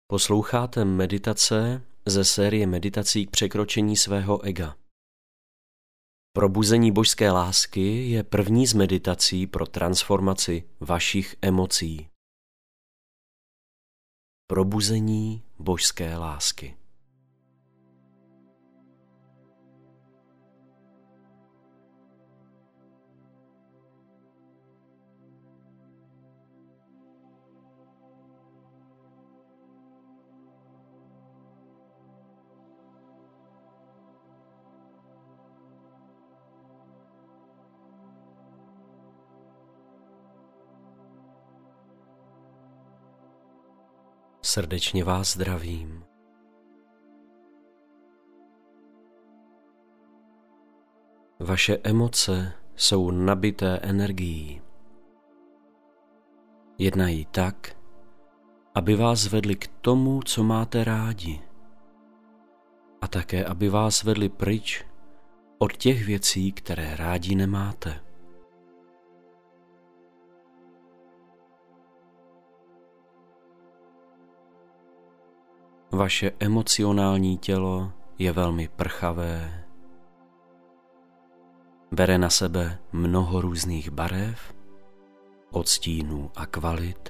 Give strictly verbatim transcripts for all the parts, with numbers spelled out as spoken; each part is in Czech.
Posloucháte meditace ze série meditací k překročení svého ega. Probuzení božské lásky je první z meditací pro transformaci vašich emocí. Probuzení božské lásky. Srdečně vás zdravím. Vaše emoce jsou nabité energií. Jednají tak, aby vás vedli k tomu, co máte rádi, a také, aby vás vedli pryč od těch věcí, které rádi nemáte. Vaše emocionální tělo je velmi prchavé, bere na sebe mnoho různých barev, odstínů a kvalit.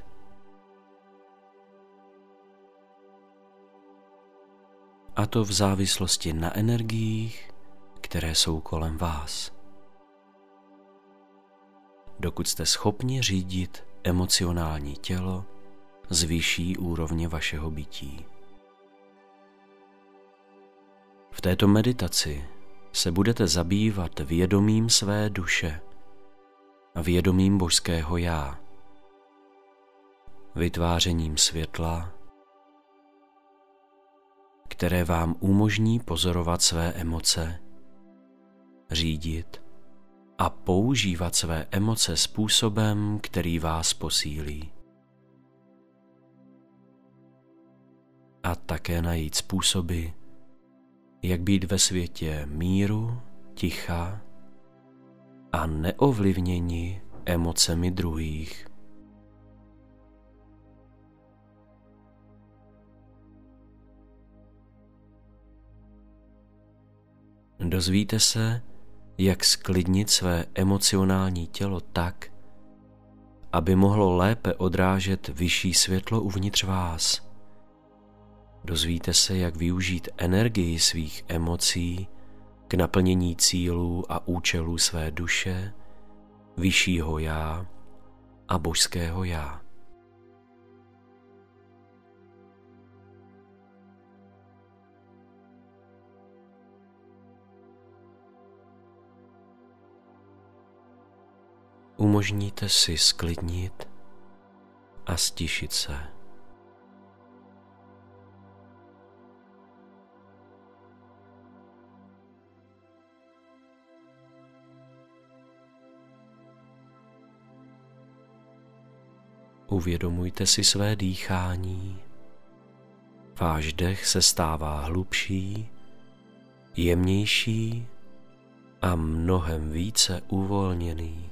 A to v závislosti na energiích, které jsou kolem vás. Dokud jste schopni řídit emocionální tělo z vyšší úrovně vašeho bytí. V této meditaci se budete zabývat vědomím své duše a vědomím božského já, vytvářením světla, které vám umožní pozorovat své emoce, řídit a používat své emoce způsobem, který vás posílí. A také najít způsoby, jak být ve světě míru, ticha a neovlivněni emocemi druhých. Dozvíte se, jak zklidnit své emocionální tělo tak, aby mohlo lépe odrážet vyšší světlo uvnitř vás. Dozvíte se, jak využít energii svých emocí k naplnění cílů a účelů své duše, vyššího já a božského já. Umožníte si zklidnit a stišit se. Uvědomujte si své dýchání. Váš dech se stává hlubší, jemnější a mnohem více uvolněný.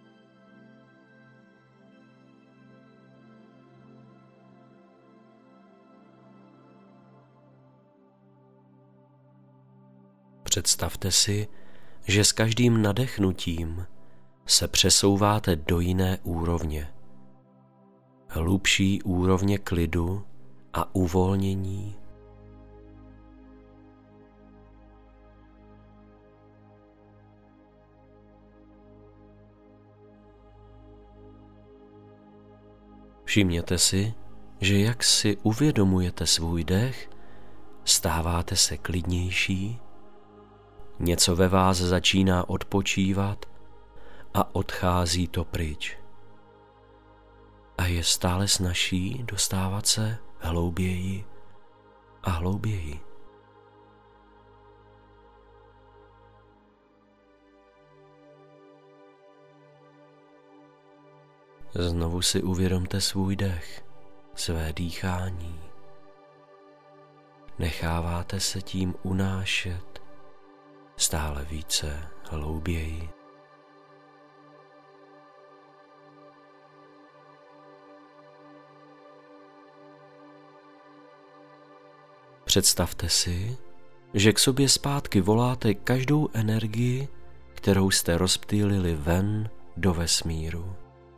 Představte si, že s každým nadechnutím se přesouváte do jiné úrovně. Hlubší úrovně klidu a uvolnění. Všimněte si, že jak si uvědomujete svůj dech, stáváte se klidnější, něco ve vás začíná odpočívat a odchází to pryč. A je stále snazší dostávat se hlouběji a hlouběji. Znovu si uvědomte svůj dech, své dýchání. Necháváte se tím unášet stále více hlouběji. Představte si, že k sobě zpátky voláte každou energii, kterou jste rozptýlili ven do vesmíru.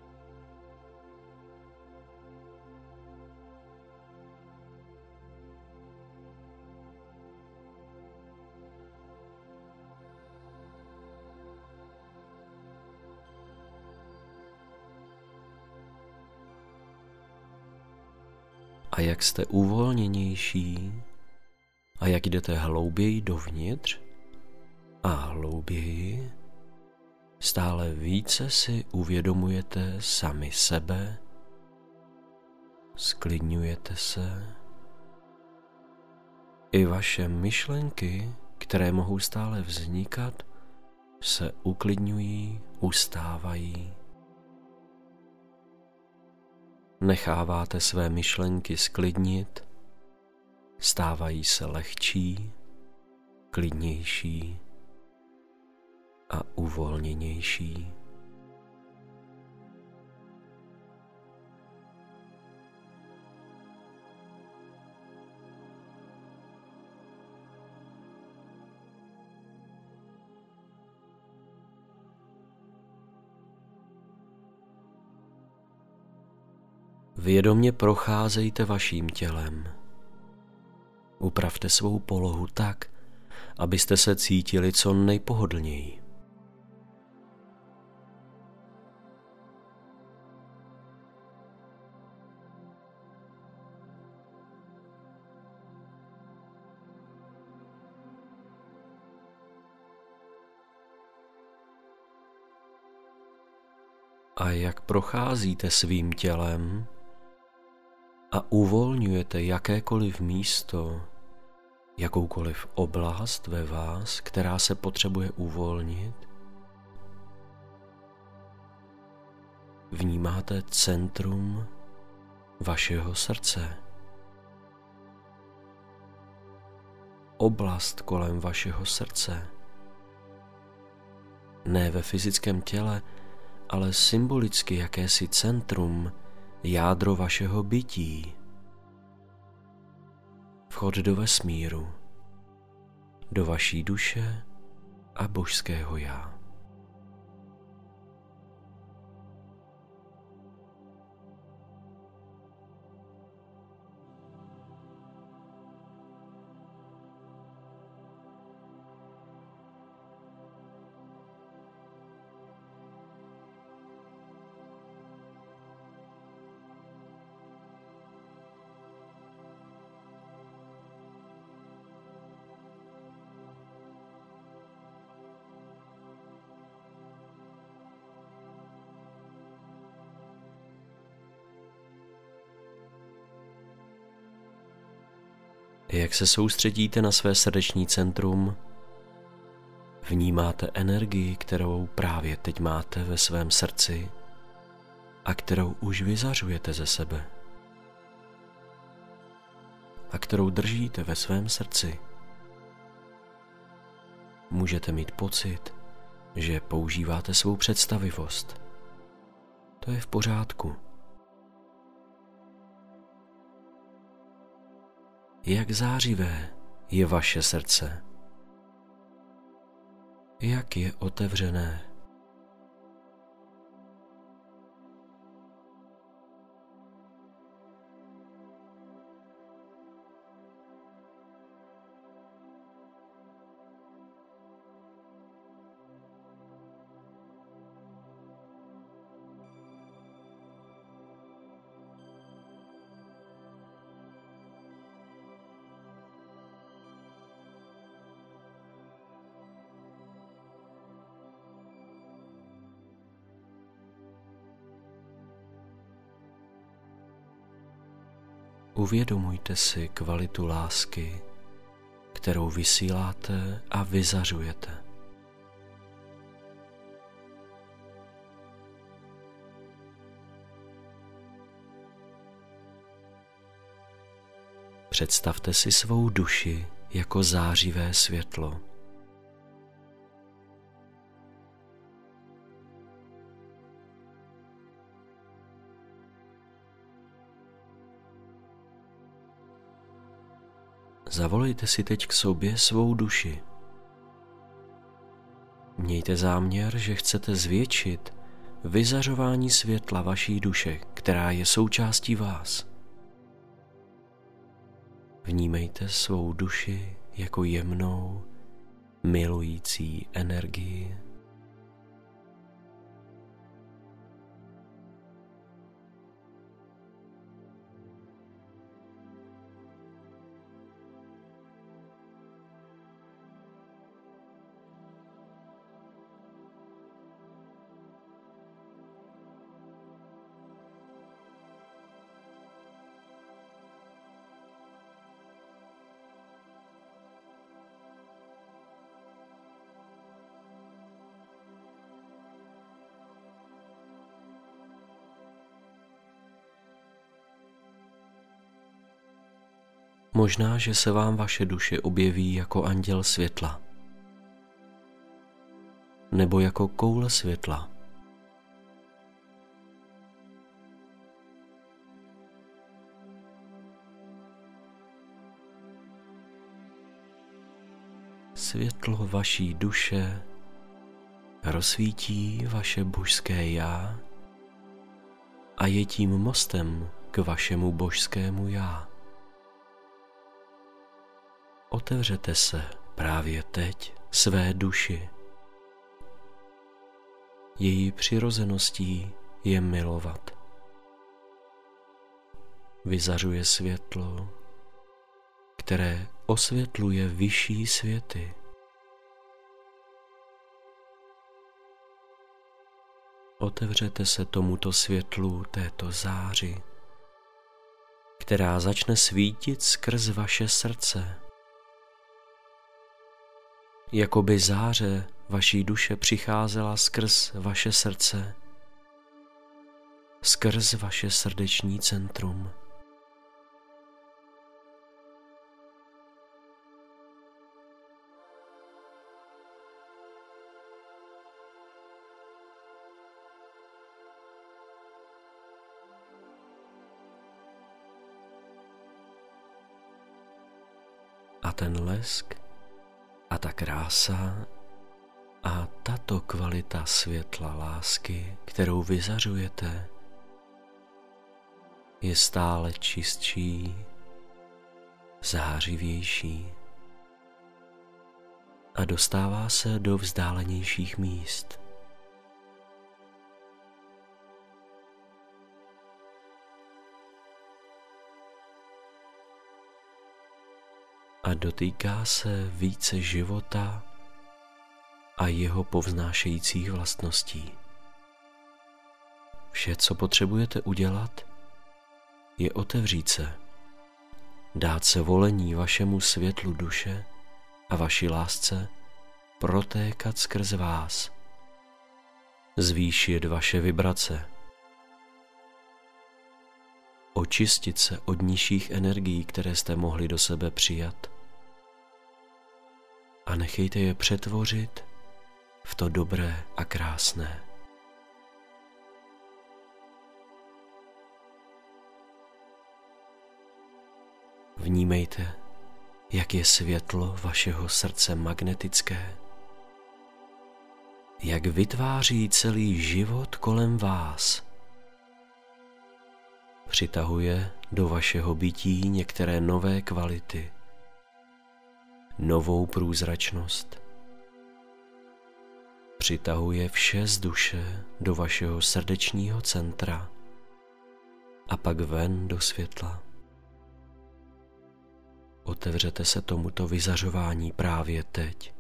A jak jste uvolněnější a jak jdete hlouběji dovnitř a hlouběji, stále více si uvědomujete sami sebe, sklidňujete se. I vaše myšlenky, které mohou stále vznikat, se uklidňují, ustávají. Necháváte své myšlenky sklidnit, stávají se lehčí, klidnější a uvolněnější. Vědomě procházejte vaším tělem. Upravte svou polohu tak, abyste se cítili co nejpohodlněji. A jak procházíte svým tělem a uvolňujete jakékoliv místo, jakoukoliv oblast ve vás, která se potřebuje uvolnit, vnímáte centrum vašeho srdce. Oblast kolem vašeho srdce. Ne ve fyzickém těle, ale symbolicky jakési centrum, jádro vašeho bytí. Vchod do vesmíru, do vaší duše a božského já. Jak se soustředíte na své srdeční centrum, vnímáte energii, kterou právě teď máte ve svém srdci a kterou už vyzařujete ze sebe a kterou držíte ve svém srdci. Můžete mít pocit, že používáte svou představivost. To je v pořádku. Jak zářivé je vaše srdce? Jak je otevřené? Uvědomujte si kvalitu lásky, kterou vysíláte a vyzařujete. Představte si svou duši jako zářivé světlo. zavolejte si teď k sobě svou duši. Mějte záměr, že chcete zvětšit vyzařování světla vaší duše, která je součástí vás. Vnímejte svou duši jako jemnou, milující energii. Možná, že se vám vaše duše objeví jako anděl světla, nebo jako koule světla. Světlo vaší duše rozsvítí vaše božské já a je tím mostem k vašemu božskému já. Otevřete se právě teď své duši. Její přirozeností je milovat. Vyzařuje světlo, které osvětluje vyšší světy. Otevřete se tomuto světlu, této záři, která začne svítit skrz vaše srdce. Jakoby záře vaší duše přicházela skrz vaše srdce, skrz vaše srdeční centrum. A ten lesk a ta krása a tato kvalita světla lásky, kterou vyzařujete, je stále čistší, zářivější a dostává se do vzdálenějších míst. A dotýká se více života a jeho povznášejících vlastností. Vše, co potřebujete udělat, je otevřít se, dát se volení vašemu světlu duše a vaší lásce protékat skrz vás, zvýšit vaše vibrace, očistit se od nižších energií, které jste mohli do sebe přijat, a nechejte je přetvořit v to dobré a krásné. Vnímejte, jak je světlo vašeho srdce magnetické, jak vytváří celý život kolem vás. Přitahuje do vašeho bytí některé nové kvality, novou průzračnost. Přitahuje vše z duše do vašeho srdečního centra a pak ven do světla. Otevřete se tomuto vyzařování právě teď.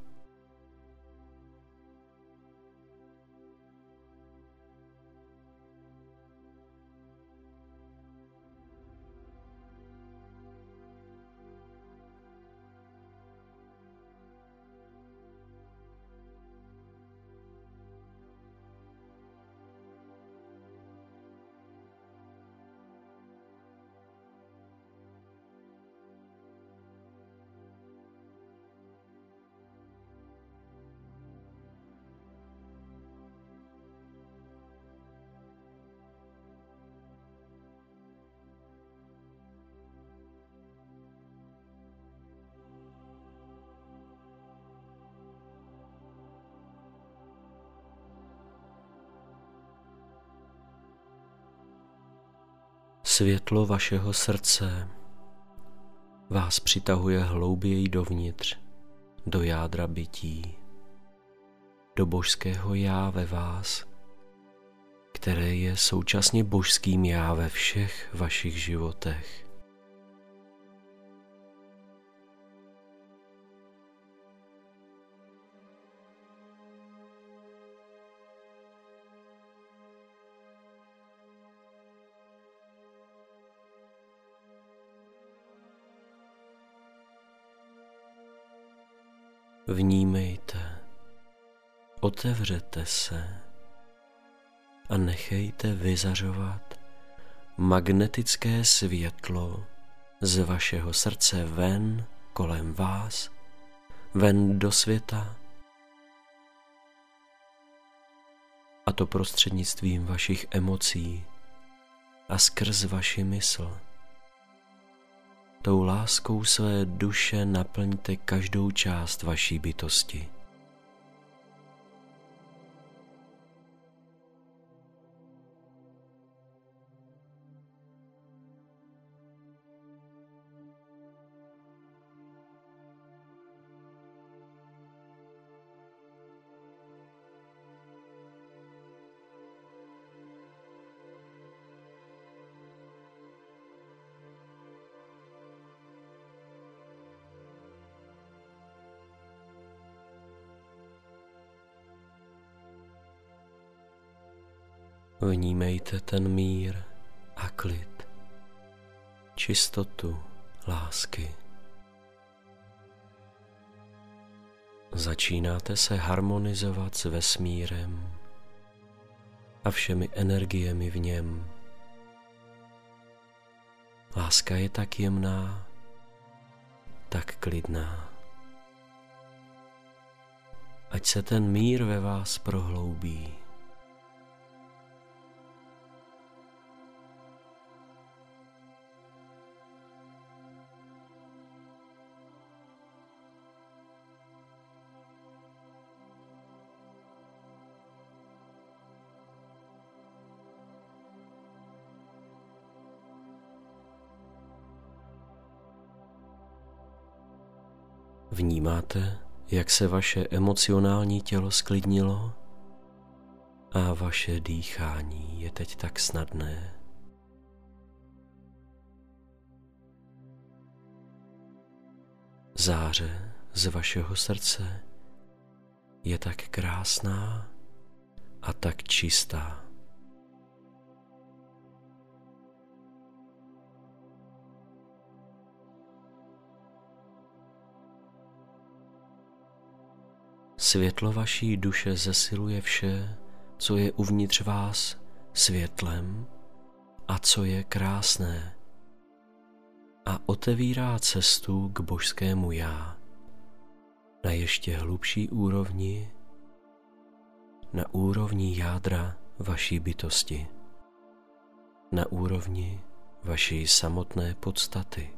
Světlo vašeho srdce vás přitahuje hlouběji dovnitř, do jádra bytí, do božského já ve vás, které je současně božským já ve všech vašich životech. Vnímejte, otevřete se a nechejte vyzařovat magnetické světlo z vašeho srdce ven, kolem vás, ven do světa, a to prostřednictvím vašich emocí a skrz vaši mysl. Tou láskou své duše naplňte každou část vaší bytosti. Vnímejte ten mír a klid, čistotu lásky. Začínáte se harmonizovat s vesmírem a všemi energiemi v něm. Láska je tak jemná, tak klidná. Ať se ten mír ve vás prohloubí. Vnímáte, jak se vaše emocionální tělo sklidnilo a vaše dýchání je teď tak snadné. Záře z vašeho srdce je tak krásná a tak čistá. Světlo vaší duše zesiluje vše, co je uvnitř vás světlem a co je krásné, a otevírá cestu k božskému já na ještě hlubší úrovni, na úrovni jádra vaší bytosti, na úrovni vaší samotné podstaty.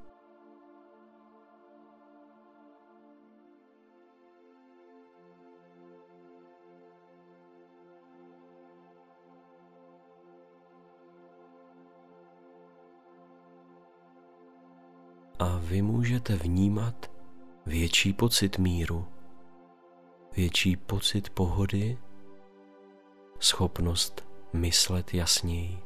A vy můžete vnímat větší pocit míru, větší pocit pohody, schopnost myslet jasněji.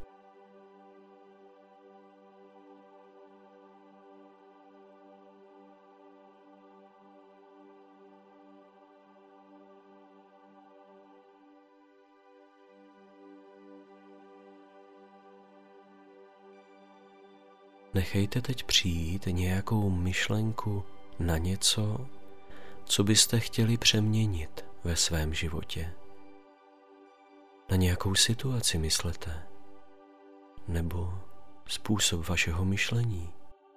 Nechejte teď přijít nějakou myšlenku na něco, co byste chtěli přeměnit ve svém životě. Na nějakou situaci myslete, nebo způsob vašeho myšlení.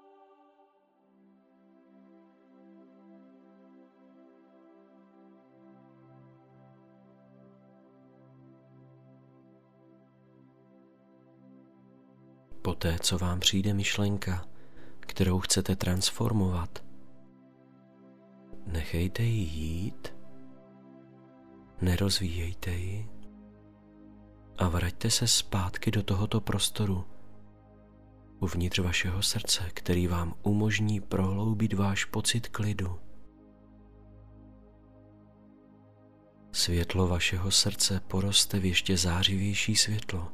Poté, co vám přijde myšlenka, kterou chcete transformovat, nechejte ji jít, nerozvíjejte ji a vraťte se zpátky do tohoto prostoru, uvnitř vašeho srdce, který vám umožní prohloubit váš pocit klidu. Světlo vašeho srdce poroste v ještě zářivější světlo.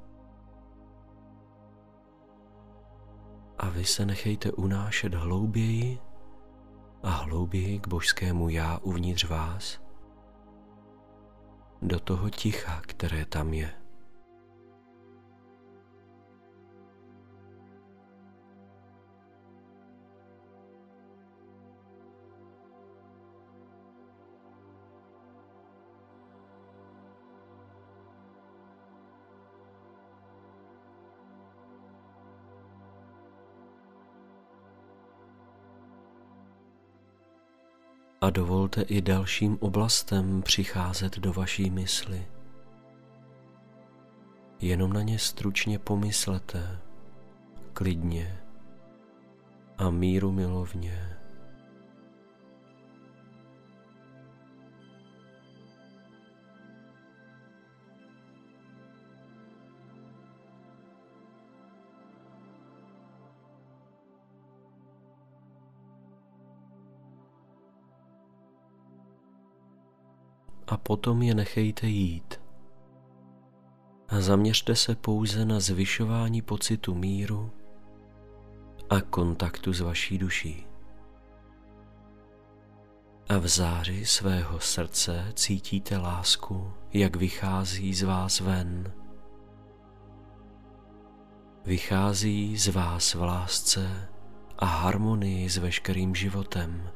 A vy se nechejte unášet hlouběji a hlouběji k božskému já uvnitř vás, do toho ticha, které tam je. A dovolte i dalším oblastem přicházet do vaší mysli. Jenom na ně stručně pomyslete, klidně a mírumilovně. A potom je nechejte jít. A zaměřte se pouze na zvyšování pocitu míru a kontaktu s vaší duší. A v záři svého srdce cítíte lásku, jak vychází z vás ven. Vychází z vás v lásce a harmonii s veškerým životem.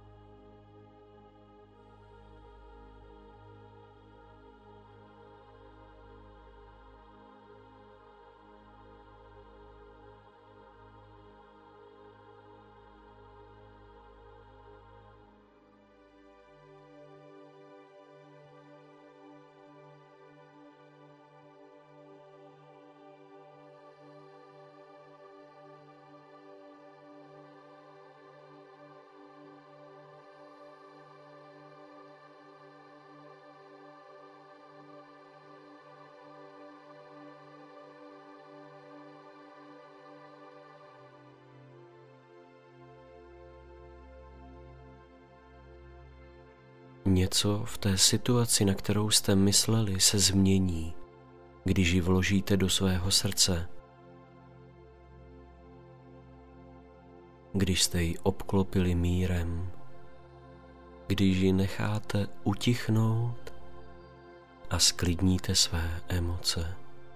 Něco v té situaci, na kterou jste mysleli, se změní, když ji vložíte do svého srdce. Když jste ji obklopili mírem, když ji necháte utichnout a sklidníte své emoce.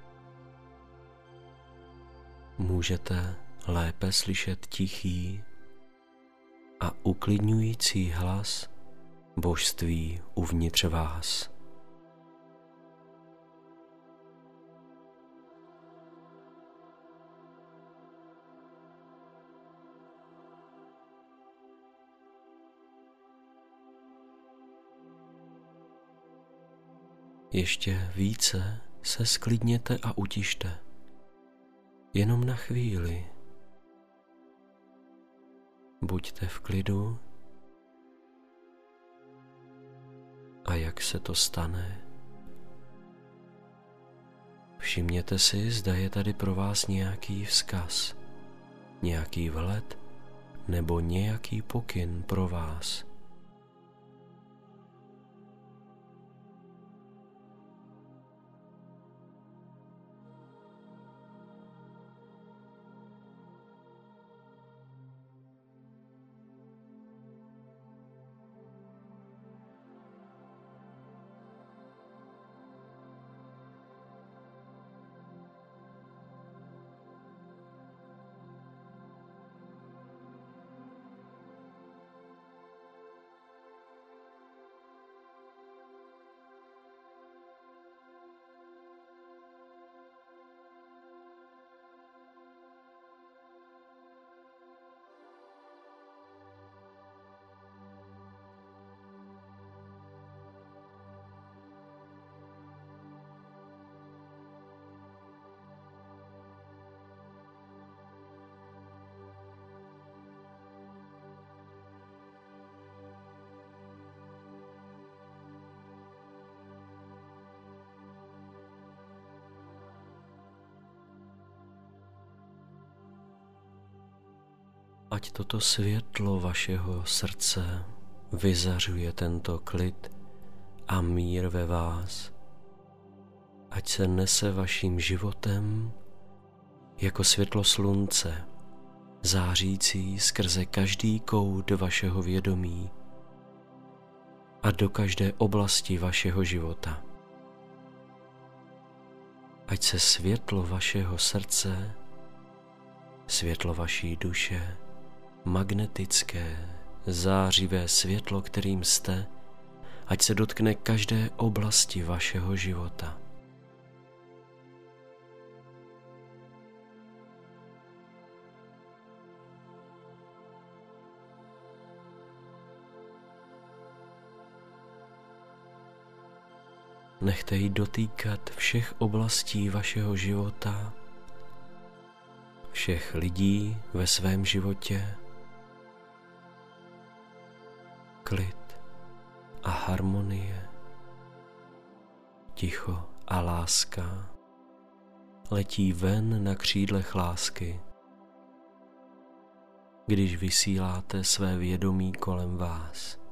Můžete lépe slyšet tichý a uklidňující hlas božství uvnitř vás. Ještě více se sklidněte a utište. Jenom na chvíli. Buďte v klidu. A jak se to stane? Všimněte si, zda je tady pro vás nějaký vzkaz, nějaký vhled nebo nějaký pokyn pro vás. ať toto světlo vašeho srdce vyzařuje tento klid a mír ve vás. Ať se nese vaším životem jako světlo slunce, zářící skrze každý kout vašeho vědomí a do každé oblasti vašeho života. Ať se světlo vašeho srdce, světlo vaší duše, magnetické, zářivé světlo, kterým jste, ať se dotkne každé oblasti vašeho života. Nechte ji dotýkat všech oblastí vašeho života, všech lidí ve svém životě. Klid a harmonie, ticho a láska letí ven na křídlech lásky, když vysíláte své vědomí kolem vás.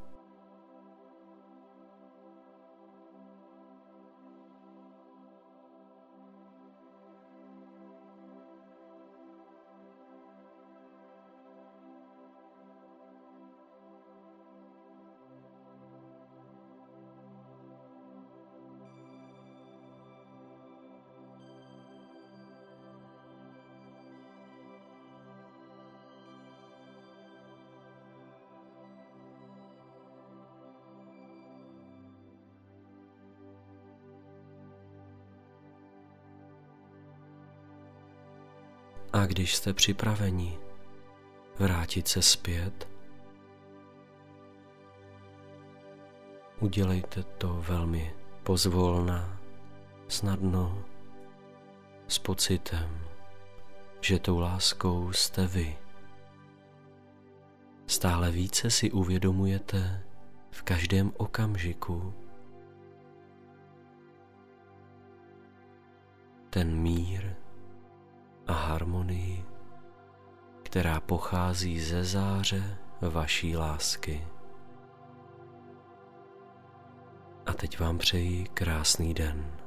A když jste připraveni vrátit se zpět, udělejte to velmi pozvolna, snadno, s pocitem, že tou láskou jste vy. Stále více si uvědomujete v každém okamžiku ten mír a harmonii, která pochází ze záře vaší lásky. A teď vám přeji krásný den.